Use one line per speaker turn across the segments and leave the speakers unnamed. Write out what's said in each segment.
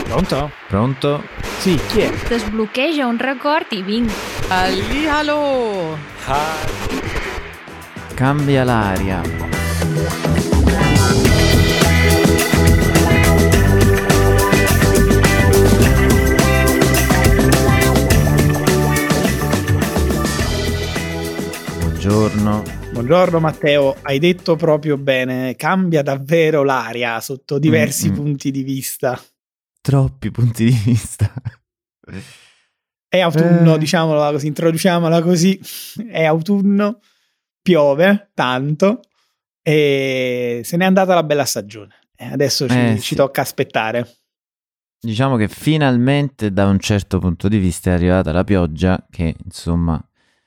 Pronto?
Pronto?
Sì, chi è?
Desbloqueja un record i vinc.
Hallihallo!
Cambia l'aria. Buongiorno.
Buongiorno Matteo, hai detto proprio bene, cambia davvero l'aria sotto diversi punti di vista.
Troppi punti di vista.
È autunno, diciamola così, introduciamola così, è autunno, piove tanto e se n'è andata la bella stagione. Adesso ci tocca aspettare.
Diciamo che finalmente da un certo punto di vista è arrivata la pioggia che insomma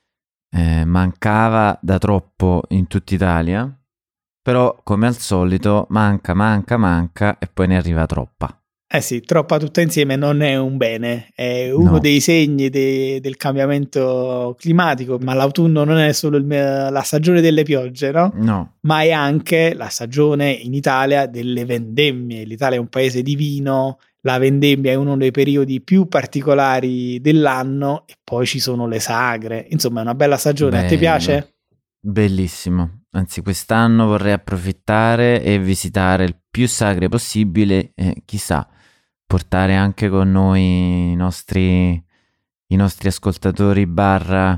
mancava da troppo in tutta Italia, però come al solito manca e poi ne arriva troppa.
Eh sì, troppa tutta insieme non è un bene, è uno dei segni del cambiamento climatico, ma l'autunno non è solo la stagione delle piogge, no?
No.
Ma è anche la stagione in Italia delle vendemmie. L'Italia è un paese di vino, la vendemmia è uno dei periodi più particolari dell'anno e poi ci sono le sagre, insomma è una bella stagione.
Bello.
A te piace?
Bellissimo, anzi quest'anno vorrei approfittare e visitare il più sagre possibile e chissà portare anche con noi i nostri ascoltatori barra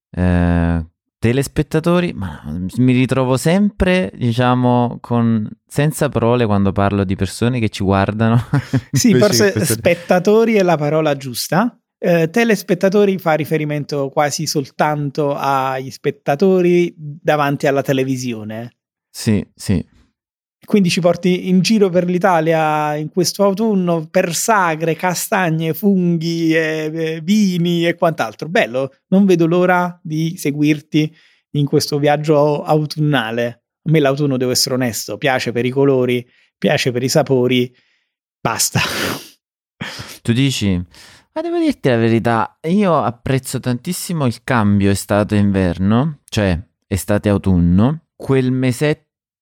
telespettatori, ma mi ritrovo sempre, diciamo, senza parole quando parlo di persone che ci guardano.
Sì, forse spettatori è la parola giusta. Telespettatori fa riferimento quasi soltanto agli spettatori davanti alla televisione.
Sì.
Quindi ci porti in giro per l'Italia in questo autunno per sagre, castagne, funghi, vini e quant'altro. Bello, non vedo l'ora di seguirti in questo viaggio autunnale. A me l'autunno, devo essere onesto, piace per i colori, piace per i sapori, basta.
Tu dici? Ma devo dirti la verità, io apprezzo tantissimo il cambio estate-inverno, cioè estate-autunno, quel mesetto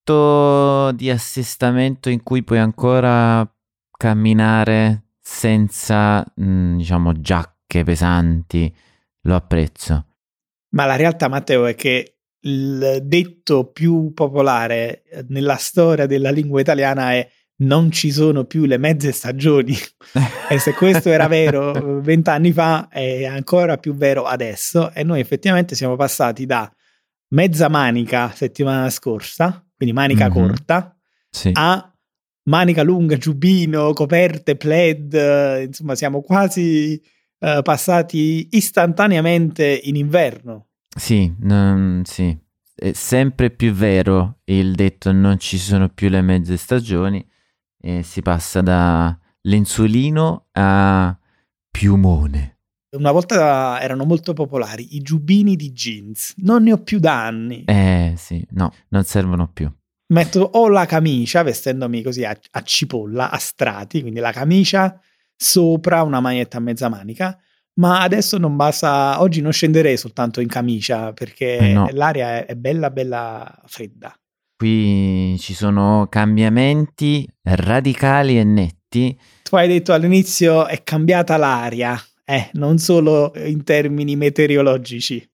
di assestamento in cui puoi ancora camminare senza, diciamo, giacche pesanti, lo apprezzo. Ma
la realtà, Matteo, è che il detto più popolare nella storia della lingua italiana è non ci sono più le mezze stagioni. E se questo era vero 20 anni fa, è ancora più vero adesso. E noi effettivamente siamo passati da mezza manica settimana scorsa, quindi manica corta,
sì,
a manica lunga, giubbino, coperte, plaid, insomma siamo quasi passati istantaneamente in inverno.
Sì, sì, è sempre più vero il detto non ci sono più le mezze stagioni e si passa da lenzuolino a piumone.
Una volta erano molto popolari i giubbini di jeans, non ne ho più da anni.
Sì, no, non servono più.
Metto o la camicia, vestendomi così a cipolla, a strati, quindi la camicia sopra una maglietta a mezza manica, ma adesso non basta, oggi non scenderei soltanto in camicia perché l'aria è bella fredda.
Qui ci sono cambiamenti radicali e netti.
Tu hai detto all'inizio è cambiata l'aria. Non solo in termini meteorologici.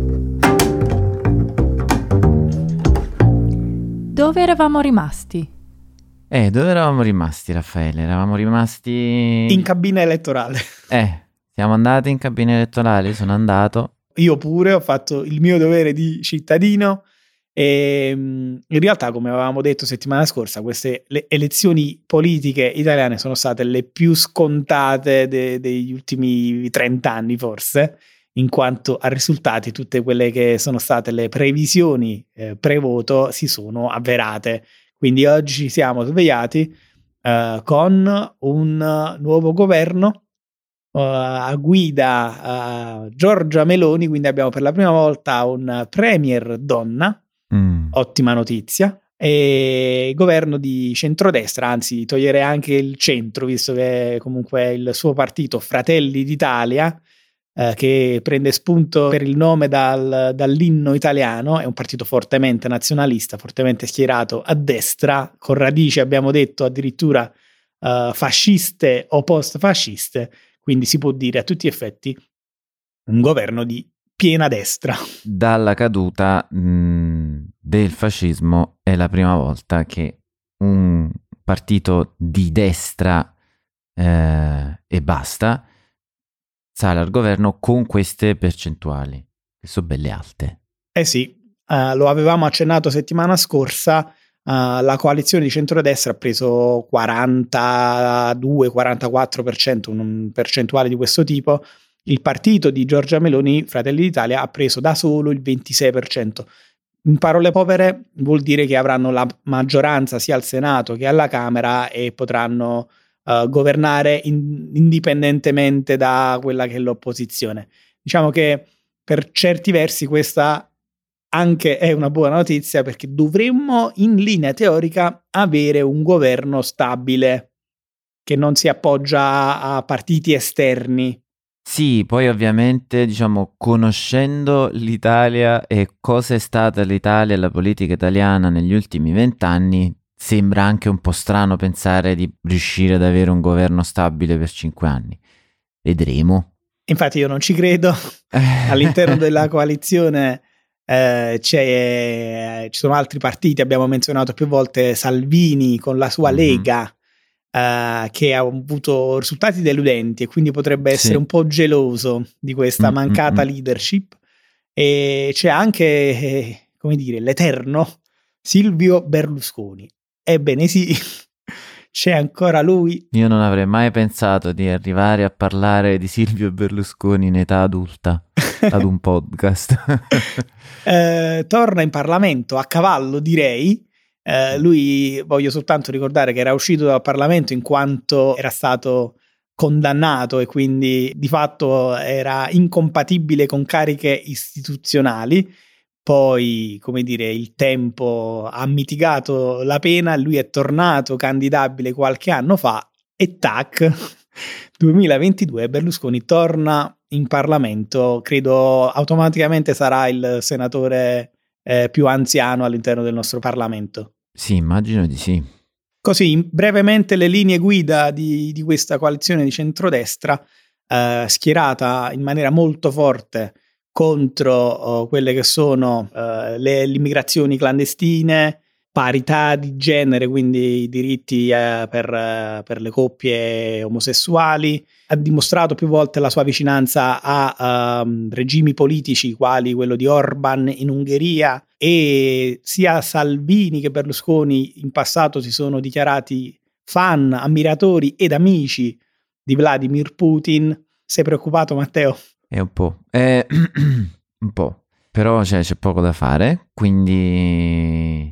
Dove eravamo rimasti?
Dove eravamo rimasti, Raffaele? Eravamo rimasti...
in cabina elettorale.
Siamo andati in cabina elettorale, sono andato.
Io pure ho fatto il mio dovere di cittadino e in realtà, come avevamo detto settimana scorsa, le elezioni politiche italiane sono state le più scontate degli ultimi 30 anni forse, in quanto a risultati tutte quelle che sono state le previsioni pre-voto si sono avverate. Quindi oggi ci siamo svegliati con un nuovo governo a guida Giorgia Meloni, quindi abbiamo per la prima volta un premier donna. Ottima notizia. E governo di centrodestra, anzi toglierei anche il centro, visto che comunque il suo partito Fratelli d'Italia, che prende spunto per il nome dall'inno italiano, è un partito fortemente nazionalista, fortemente schierato a destra, con radici, abbiamo detto, addirittura fasciste o post-fasciste, quindi si può dire a tutti gli effetti un governo di piena destra.
Dalla caduta del fascismo è la prima volta che un partito di destra e basta sale al governo con queste percentuali, che sono belle alte.
Eh sì, lo avevamo accennato settimana scorsa, la coalizione di centrodestra ha preso 42-44%, un percentuale di questo tipo. Il partito di Giorgia Meloni, Fratelli d'Italia, ha preso da solo il 26%. In parole povere vuol dire che avranno la maggioranza sia al Senato che alla Camera e potranno governare indipendentemente da quella che è l'opposizione. Diciamo che per certi versi questa anche è una buona notizia, perché dovremmo in linea teorica avere un governo stabile che non si appoggia a partiti esterni.
Sì, poi ovviamente, diciamo, conoscendo l'Italia e cosa è stata l'Italia e la politica italiana negli ultimi 20 anni, sembra anche un po' strano pensare di riuscire ad avere un governo stabile per 5 anni. Vedremo.
Infatti io non ci credo. All'interno della coalizione ci sono altri partiti, abbiamo menzionato più volte Salvini con la sua Lega, che ha avuto risultati deludenti e quindi potrebbe essere un po' geloso di questa mancata leadership. E c'è anche, come dire, l'eterno Silvio Berlusconi. Ebbene sì, c'è ancora lui.
Io non avrei mai pensato di arrivare a parlare di Silvio Berlusconi in età adulta ad un podcast.
Torna in Parlamento a cavallo, direi. Lui, voglio soltanto ricordare che era uscito dal Parlamento in quanto era stato condannato e quindi di fatto era incompatibile con cariche istituzionali. Poi, come dire, il tempo ha mitigato la pena, lui è tornato candidabile qualche anno fa e tac, 2022 Berlusconi torna in Parlamento, credo automaticamente sarà il senatore più anziano all'interno del nostro Parlamento.
Sì, immagino di sì.
Così, brevemente le linee guida di questa coalizione di centrodestra, schierata in maniera molto forte contro quelle che sono le immigrazioni clandestine, parità di genere, quindi i diritti per le coppie omosessuali. Ha dimostrato più volte la sua vicinanza a regimi politici quali quello di Orban in Ungheria, e sia Salvini che Berlusconi in passato si sono dichiarati fan, ammiratori ed amici di Vladimir Putin. Sei preoccupato, Matteo?
È un po', un po', però c'è poco da fare, quindi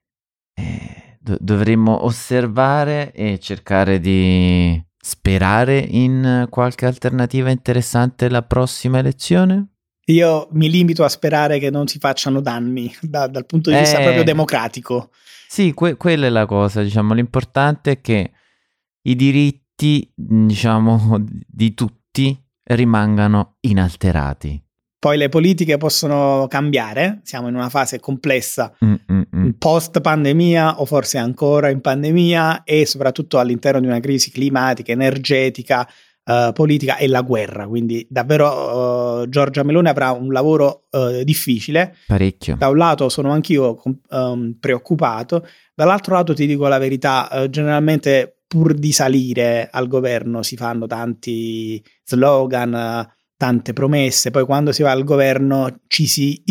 dovremmo osservare e cercare di sperare in qualche alternativa interessante la prossima elezione.
Io mi limito a sperare che non si facciano danni dal punto di vista proprio democratico.
Sì, quella è la cosa, diciamo, l'importante è che i diritti, diciamo, di tutti rimangano inalterati.
Poi le politiche possono cambiare, siamo in una fase complessa, post pandemia o forse ancora in pandemia, e soprattutto all'interno di una crisi climatica, energetica, politica e la guerra, quindi davvero Giorgia Meloni avrà un lavoro difficile.
Parecchio.
Da un lato sono anch'io preoccupato, dall'altro lato ti dico la verità, generalmente pur di salire al governo si fanno tanti slogan, tante promesse, poi quando si va al governo ci si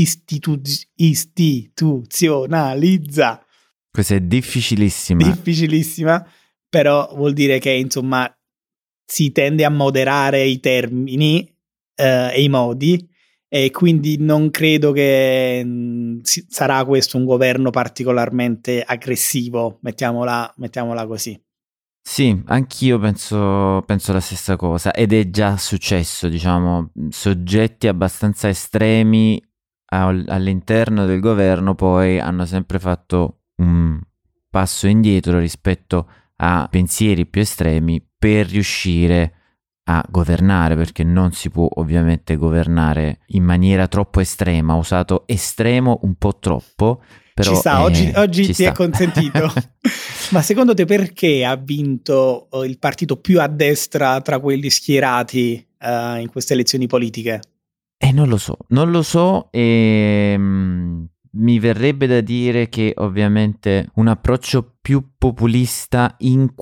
istituzionalizza.
Questa è difficilissima.
Difficilissima, però vuol dire che insomma si tende a moderare i termini e i modi, e quindi non credo che sarà questo un governo particolarmente aggressivo, mettiamola così.
Sì, anch'io penso la stessa cosa, ed è già successo, diciamo, soggetti abbastanza estremi all'interno del governo poi hanno sempre fatto un passo indietro rispetto a pensieri più estremi per riuscire a governare, perché non si può ovviamente governare in maniera troppo estrema. Ho usato estremo un po' troppo Però,
ci sta, oggi
ci
ti
sta.
è consentito. Ma secondo te perché ha vinto il partito più a destra tra quelli schierati in queste elezioni politiche?
Non lo so e mi verrebbe da dire che ovviamente un approccio più populista in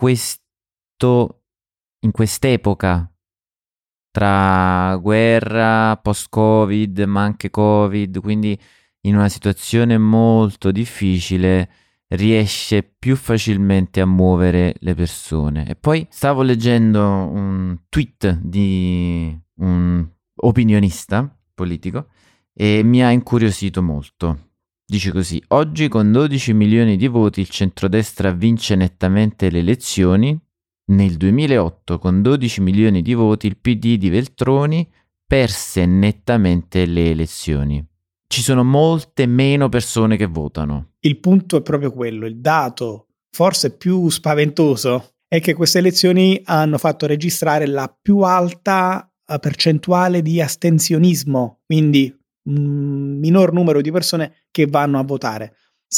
quest'epoca, tra guerra, post-Covid, ma anche Covid, quindi in una situazione molto difficile, riesce più facilmente a muovere le persone. E poi stavo leggendo un tweet di un opinionista politico e mi ha incuriosito molto. Dice così: oggi con 12 milioni di voti il centrodestra vince nettamente le elezioni. Nel 2008 con 12 milioni di voti il PD di Veltroni perse nettamente le elezioni. Ci sono molte meno persone che votano.
Il punto è proprio quello, il dato forse più spaventoso è che queste elezioni hanno fatto registrare la più alta percentuale di astensionismo, quindi un minor numero di persone che vanno a votare.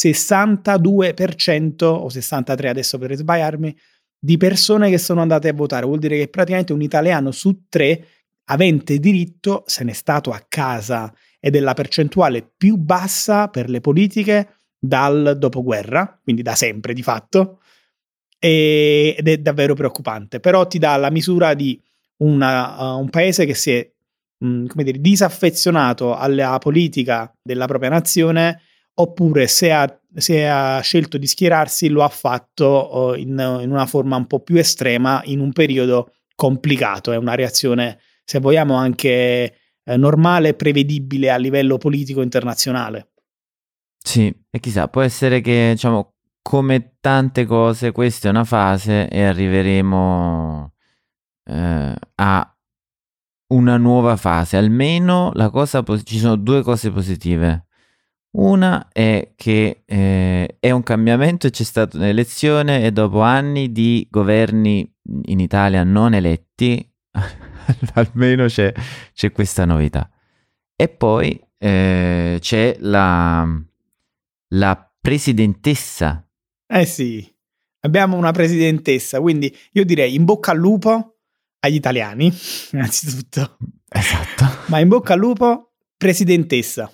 62% o 63% adesso per sbagliarmi, di persone che sono andate a votare. Vuol dire che praticamente un italiano su 3 avente diritto se n'è stato a casa, ed è la percentuale più bassa per le politiche dal dopoguerra, quindi da sempre di fatto, ed è davvero preoccupante. Però ti dà la misura di un paese che si è disaffezionato alla politica della propria nazione, oppure se ha scelto di schierarsi lo ha fatto in una forma un po' più estrema in un periodo complicato. È una reazione, se vogliamo, anche normale e prevedibile a livello politico internazionale.
Sì, e chissà, può essere che, diciamo, come tante cose, questa è una fase e arriveremo a una nuova fase. Almeno ci sono due cose positive. Una è che è un cambiamento e c'è stata un'elezione, e dopo anni di governi in Italia non eletti almeno c'è questa novità. E poi c'è la presidentessa.
Sì, abbiamo una presidentessa, quindi io direi in bocca al lupo agli italiani, innanzitutto.
Esatto.
Ma in bocca al lupo, presidentessa.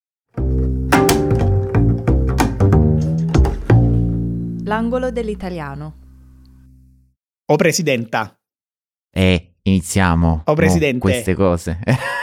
L'angolo dell'italiano.
O presidenta.
Iniziamo
O presidente.
queste cose.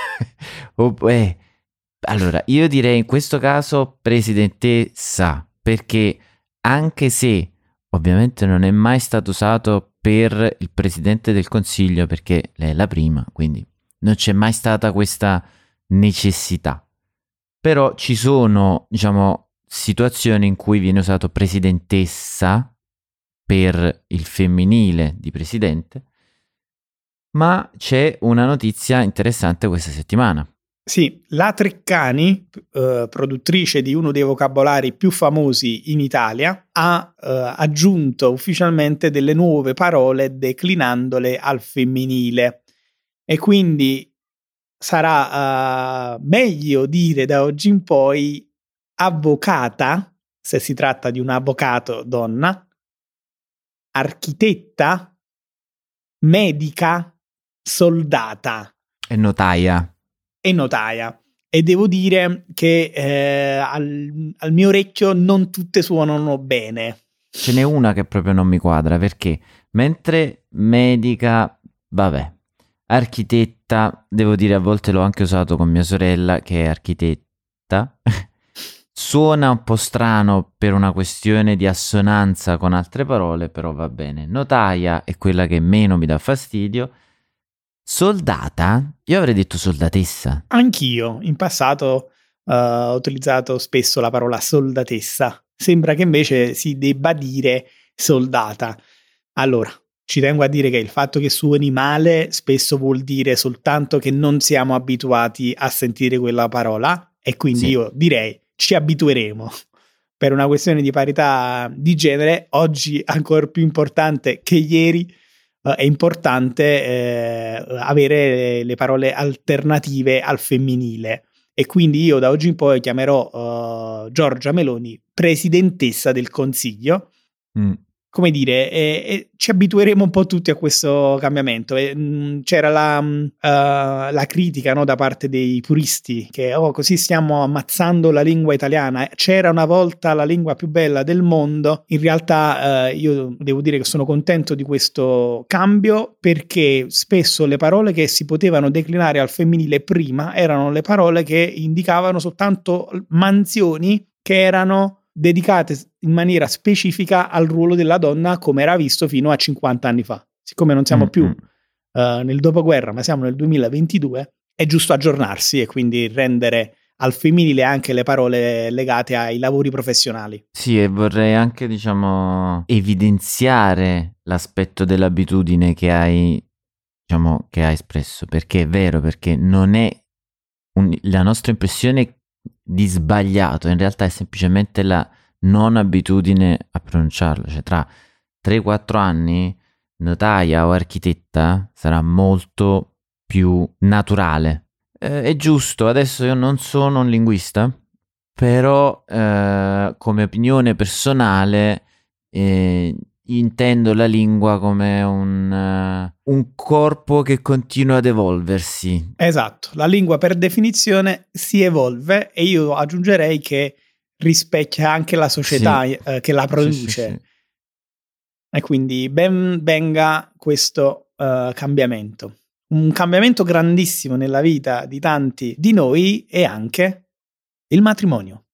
Allora, io direi in questo caso presidentessa, perché anche se ovviamente non è mai stato usato per il presidente del consiglio, perché lei è la prima, quindi non c'è mai stata questa necessità. Però ci sono, diciamo, situazioni in cui viene usato presidentessa per il femminile di presidente, ma c'è una notizia interessante questa settimana.
Sì, la Treccani, produttrice di uno dei vocabolari più famosi in Italia, ha aggiunto ufficialmente delle nuove parole declinandole al femminile, e quindi sarà meglio dire da oggi in poi avvocata, se si tratta di un avvocato donna, architetta, medica, soldata
E notaia.
e notaia. E devo dire che al mio orecchio non tutte suonano bene.
Ce n'è una che proprio non mi quadra, perché mentre medica, vabbè, architetta, devo dire, a volte l'ho anche usato con mia sorella che è architetta, suona un po' strano per una questione di assonanza con altre parole, però va bene. Notaia è quella che meno mi dà fastidio. Soldata? Io avrei detto soldatessa.
Anch'io in passato ho utilizzato spesso la parola soldatessa. Sembra che invece si debba dire soldata. Allora, ci tengo a dire che il fatto che suoni male spesso vuol dire soltanto che non siamo abituati a sentire quella parola, e quindi io direi ci abitueremo. Per una questione di parità di genere, oggi ancora più importante che ieri, è importante avere le parole alternative al femminile, e quindi io da oggi in poi chiamerò Giorgia Meloni presidentessa del Consiglio. Come dire, ci abitueremo un po' tutti a questo cambiamento. C'era la critica, no, da parte dei puristi che così stiamo ammazzando la lingua italiana. C'era una volta la lingua più bella del mondo. In realtà io devo dire che sono contento di questo cambio, perché spesso le parole che si potevano declinare al femminile prima erano le parole che indicavano soltanto mansioni che erano dedicate in maniera specifica al ruolo della donna, come era visto fino a 50 anni fa. Siccome non siamo più nel dopoguerra, ma siamo nel 2022, è giusto aggiornarsi e quindi rendere al femminile anche le parole legate ai lavori professionali.
Sì, e vorrei anche, diciamo, evidenziare l'aspetto dell'abitudine che hai espresso, perché è vero, perché non è la nostra impressione di sbagliato, in realtà è semplicemente la non abitudine a pronunciarlo. Cioè tra 3-4 anni notaia o architetta sarà molto più naturale. È giusto, adesso io non sono un linguista, però come opinione personale intendo la lingua come un corpo che continua ad evolversi.
Esatto, la lingua per definizione si evolve, e io aggiungerei che rispecchia anche la società che la produce.
Sì.
E quindi ben venga questo cambiamento. Un cambiamento grandissimo nella vita di tanti di noi è anche il matrimonio.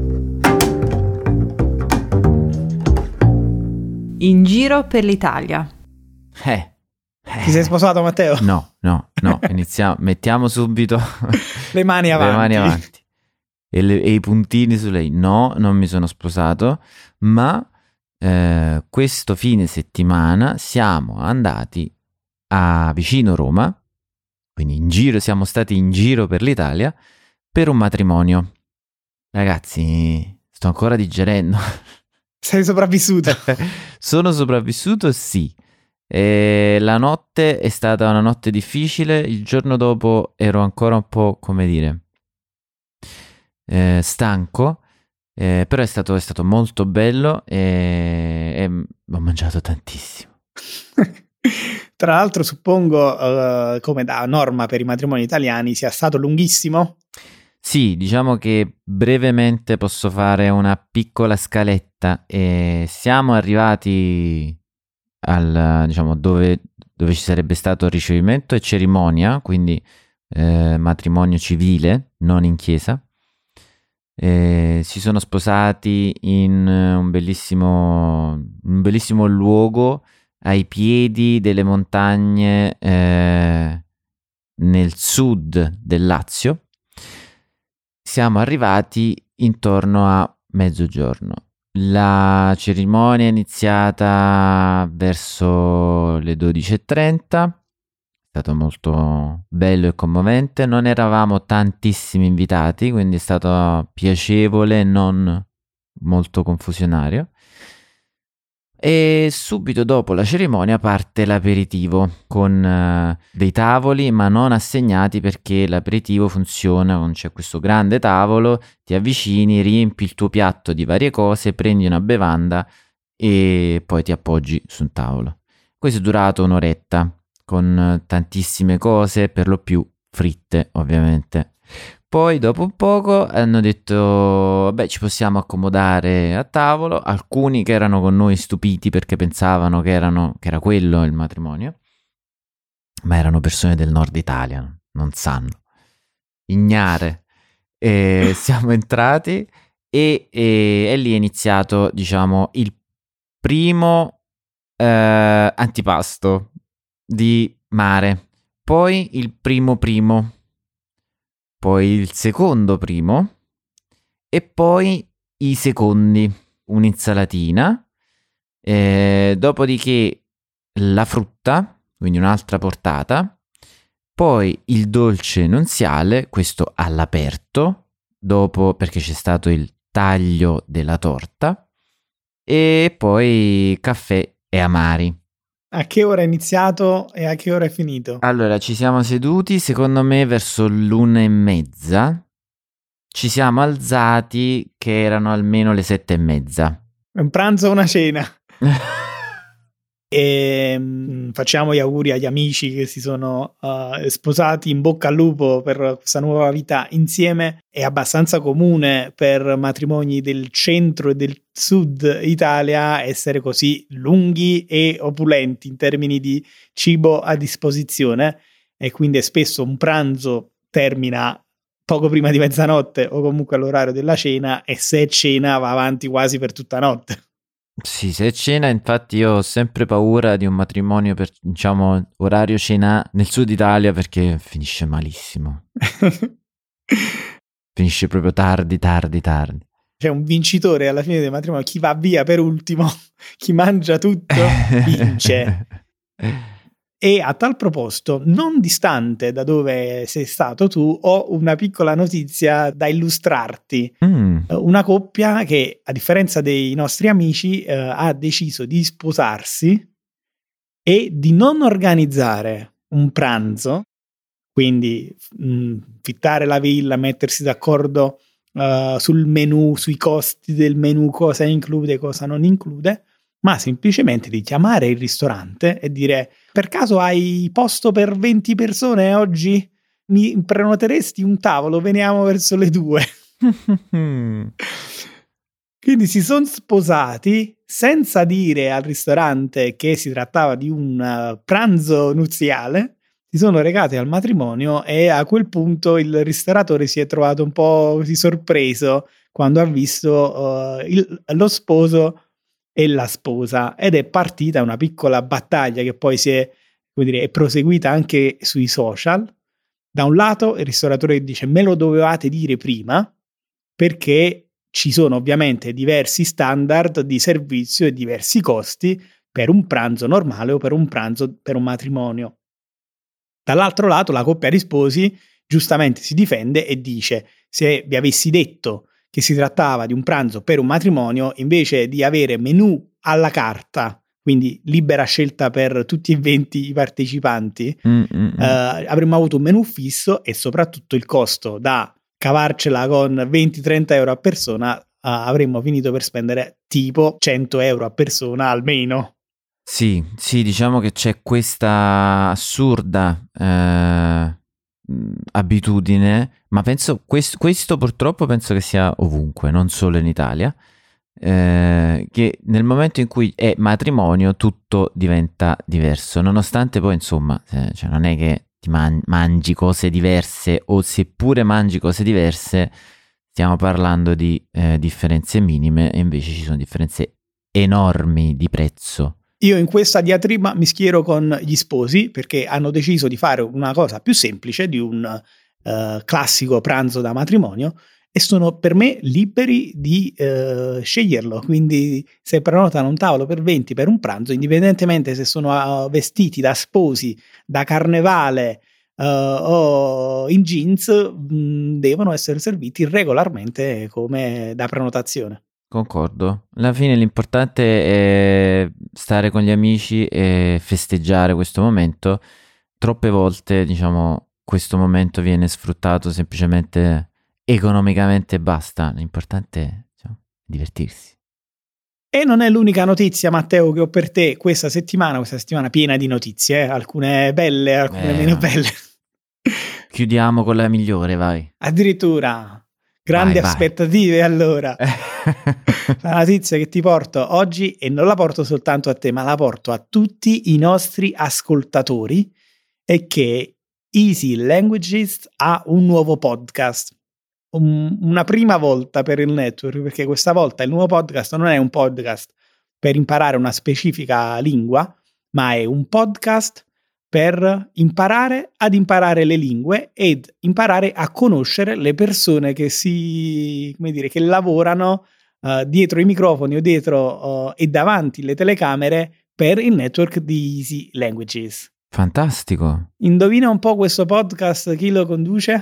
In giro per l'Italia.
Ti sei sposato, Matteo?
No, iniziamo, mettiamo subito
le mani avanti.
E i puntini su lei. No, non mi sono sposato, ma questo fine settimana siamo andati a vicino Roma, quindi siamo stati in giro per l'Italia per un matrimonio. Ragazzi, sto ancora digerendo.
Sei sopravvissuto?
Sono sopravvissuto, sì. La notte è stata una notte difficile. Il giorno dopo ero ancora un po', come dire, stanco, però è stato molto bello e ho mangiato tantissimo.
Tra l'altro suppongo, come da norma per i matrimoni italiani, sia stato lunghissimo?
Sì, diciamo che brevemente posso fare una piccola scaletta. Siamo arrivati diciamo, dove ci sarebbe stato il ricevimento e cerimonia, quindi matrimonio civile, non in chiesa. Si sono sposati in un bellissimo luogo ai piedi delle montagne nel sud del Lazio. Siamo arrivati intorno a mezzogiorno. La cerimonia è iniziata verso le 12:30. È stato molto bello e commovente. Non eravamo tantissimi invitati, quindi è stato piacevole e non molto confusionario. E subito dopo la cerimonia parte l'aperitivo con dei tavoli, ma non assegnati, perché l'aperitivo funziona, c'è questo grande tavolo, ti avvicini, riempi il tuo piatto di varie cose, prendi una bevanda e poi ti appoggi su un tavolo. Questo è durato un'oretta con tantissime cose, per lo più fritte ovviamente. Poi dopo un poco hanno detto ci possiamo accomodare a tavolo. Alcuni che erano con noi stupiti perché pensavano che era quello il matrimonio, ma erano persone del nord Italia, non sanno, ignare. Siamo entrati e lì è iniziato, diciamo, il primo antipasto di mare, poi il primo, poi il secondo primo e poi i secondi, un'insalatina, dopodiché la frutta, quindi un'altra portata, poi il dolce nunziale, questo all'aperto, dopo perché c'è stato il taglio della torta, e poi caffè e amari.
A che ora è iniziato e a che ora è finito?
Allora, ci siamo seduti, secondo me, verso l'1:30, ci siamo alzati che erano almeno le 7:30.
Un pranzo o una cena. E facciamo gli auguri agli amici che si sono sposati, in bocca al lupo per questa nuova vita insieme. È abbastanza comune per matrimoni del centro e del sud Italia essere così lunghi e opulenti in termini di cibo a disposizione, e quindi spesso un pranzo termina poco prima di mezzanotte o comunque all'orario della cena, e se è cena va avanti quasi per tutta notte.
Sì, se è cena, infatti io ho sempre paura di un matrimonio per, diciamo, orario cena nel sud Italia, perché finisce malissimo. Finisce proprio tardi.
C'è un vincitore alla fine del matrimonio, chi va via per ultimo, chi mangia tutto, vince. E a tal proposito, non distante da dove sei stato tu, ho una piccola notizia da illustrarti. Una coppia che, a differenza dei nostri amici, ha deciso di sposarsi e di non organizzare un pranzo, quindi fittare la villa, mettersi d'accordo sul menù, sui costi del menù, cosa include, cosa non include, ma semplicemente di chiamare il ristorante e dire: per caso hai posto per 20 persone oggi? Mi prenoteresti un tavolo? Veniamo verso le 2. Quindi si sono sposati senza dire al ristorante che si trattava di un pranzo nuziale, si sono recati al matrimonio, e a quel punto il ristoratore si è trovato un po' così sorpreso quando ha visto lo sposo e la sposa, ed è partita una piccola battaglia che poi è proseguita anche sui social. Da un lato il ristoratore dice: me lo dovevate dire prima, perché ci sono ovviamente diversi standard di servizio e diversi costi per un pranzo normale o per un pranzo per un matrimonio. Dall'altro lato la coppia di sposi giustamente si difende e dice: se vi avessi detto che si trattava di un pranzo per un matrimonio, invece di avere menù alla carta, quindi libera scelta per tutti e 20 i partecipanti, avremmo avuto un menù fisso, e soprattutto il costo da cavarcela con 20-30 euro a persona, avremmo finito per spendere tipo 100 euro a persona almeno.
Sì, diciamo che c'è questa assurda abitudine, ma penso questo purtroppo penso che sia ovunque, non solo in Italia, che nel momento in cui è matrimonio tutto diventa diverso, nonostante poi insomma cioè non è che ti mangi cose diverse, o seppure mangi cose diverse stiamo parlando di differenze minime, e invece ci sono differenze enormi di prezzo.
Io in questa diatriba mi schiero con gli sposi, perché hanno deciso di fare una cosa più semplice di un classico pranzo da matrimonio, e sono per me liberi di sceglierlo. Quindi se prenotano un tavolo per 20 per un pranzo, indipendentemente se sono vestiti da sposi, da carnevale o in jeans, devono essere serviti regolarmente come da prenotazione.
Concordo. Alla fine l'importante è stare con gli amici e festeggiare questo momento. Troppe volte, diciamo, questo momento viene sfruttato semplicemente economicamente e basta. L'importante è, diciamo, divertirsi.
E non è l'unica notizia, Matteo, che ho per te questa settimana piena di notizie, alcune belle, alcune meno belle.
Chiudiamo con la migliore, vai.
Addirittura. Grandi aspettative, allora. La notizia che ti porto oggi, e non la porto soltanto a te, ma la porto a tutti i nostri ascoltatori, è che Easy Languages ha un nuovo podcast. Una prima volta per il network, perché questa volta il nuovo podcast non è un podcast per imparare una specifica lingua, ma è un podcast per imparare ad imparare le lingue ed imparare a conoscere le persone che che lavorano dietro i microfoni o dietro e davanti le telecamere per il network di Easy Languages.
Fantastico.
Indovina un po' questo podcast chi lo conduce?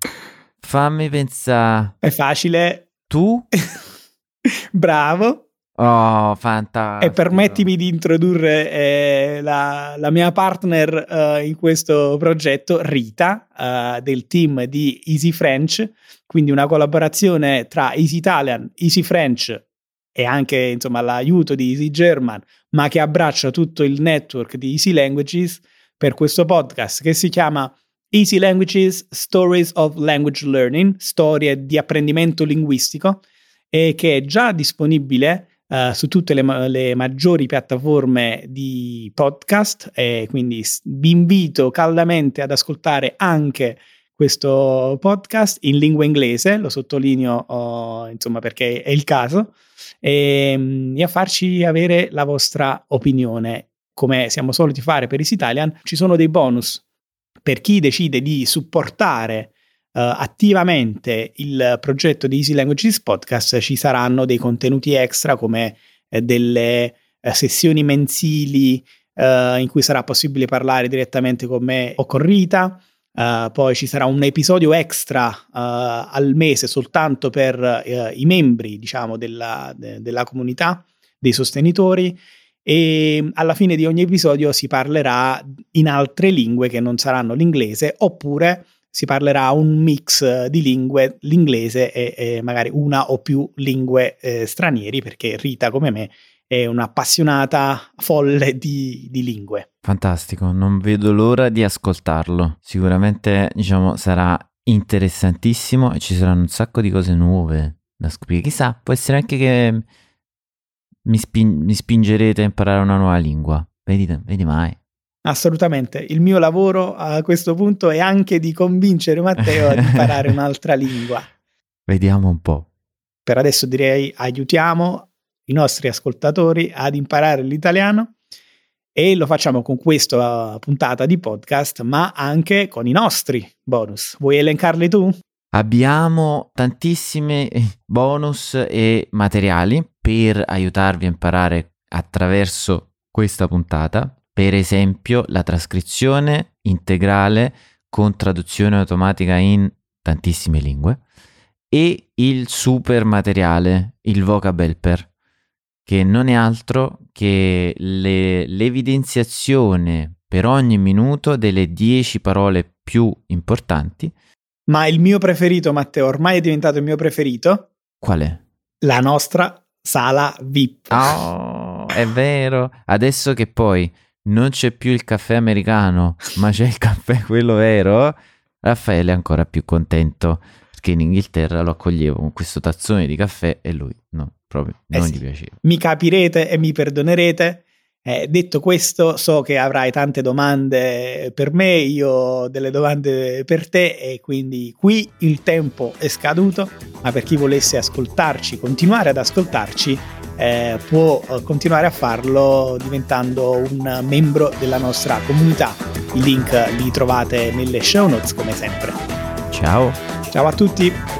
Fammi pensare.
È facile.
Tu?
Bravo.
Oh, fantastico.
E permettimi di introdurre la mia partner in questo progetto, Rita, del team di Easy French, quindi una collaborazione tra Easy Italian, Easy French e anche insomma l'aiuto di Easy German, ma che abbraccia tutto il network di Easy Languages per questo podcast che si chiama Easy Languages, Stories of Language Learning, storie di apprendimento linguistico, e che è già disponibile su tutte le maggiori piattaforme di podcast, e quindi vi invito caldamente ad ascoltare anche questo podcast in lingua inglese, lo sottolineo insomma perché è il caso, e a farci avere la vostra opinione. Come siamo soliti fare per Easy Italian, ci sono dei bonus per chi decide di supportare attivamente il progetto di Easy Languages Podcast. Ci saranno dei contenuti extra come delle sessioni mensili in cui sarà possibile parlare direttamente con me o con Rita. Poi ci sarà un episodio extra al mese soltanto per i membri, diciamo, della comunità dei sostenitori, e alla fine di ogni episodio si parlerà in altre lingue che non saranno l'inglese, oppure si parlerà un mix di lingue, l'inglese e magari una o più lingue stranieri, perché Rita, come me, è un'appassionata folle di lingue.
Fantastico, non vedo l'ora di ascoltarlo. Sicuramente, diciamo, sarà interessantissimo e ci saranno un sacco di cose nuove da scoprire. Chissà, può essere anche che mi spingerete a imparare una nuova lingua. Vedi mai.
Assolutamente, il mio lavoro a questo punto è anche di convincere Matteo ad imparare un'altra lingua.
Vediamo un po'.
Per adesso direi aiutiamo i nostri ascoltatori ad imparare l'italiano, e lo facciamo con questa puntata di podcast, ma anche con i nostri bonus. Vuoi elencarli tu?
Abbiamo tantissimi bonus e materiali per aiutarvi a imparare attraverso questa puntata. Per esempio, la trascrizione integrale con traduzione automatica in tantissime lingue e il super materiale, il Vocab Helper, che non è altro che l'evidenziazione per ogni minuto delle 10 parole più importanti.
Ma il mio preferito, Matteo, ormai è diventato il mio preferito.
Qual è?
La nostra sala VIP.
Oh, è vero. Adesso che poi non c'è più il caffè americano, ma c'è il caffè quello vero, Raffaele è ancora più contento, perché in Inghilterra lo accoglievo con questo tazzone di caffè e lui no, proprio non gli piaceva.
Mi capirete e mi perdonerete. Detto questo, so che avrai tante domande per me, io ho delle domande per te, e quindi qui il tempo è scaduto, ma per chi volesse ascoltarci, continuare ad ascoltarci, può continuare a farlo diventando un membro della nostra comunità. I link li trovate nelle show notes come sempre.
Ciao.
Ciao a tutti.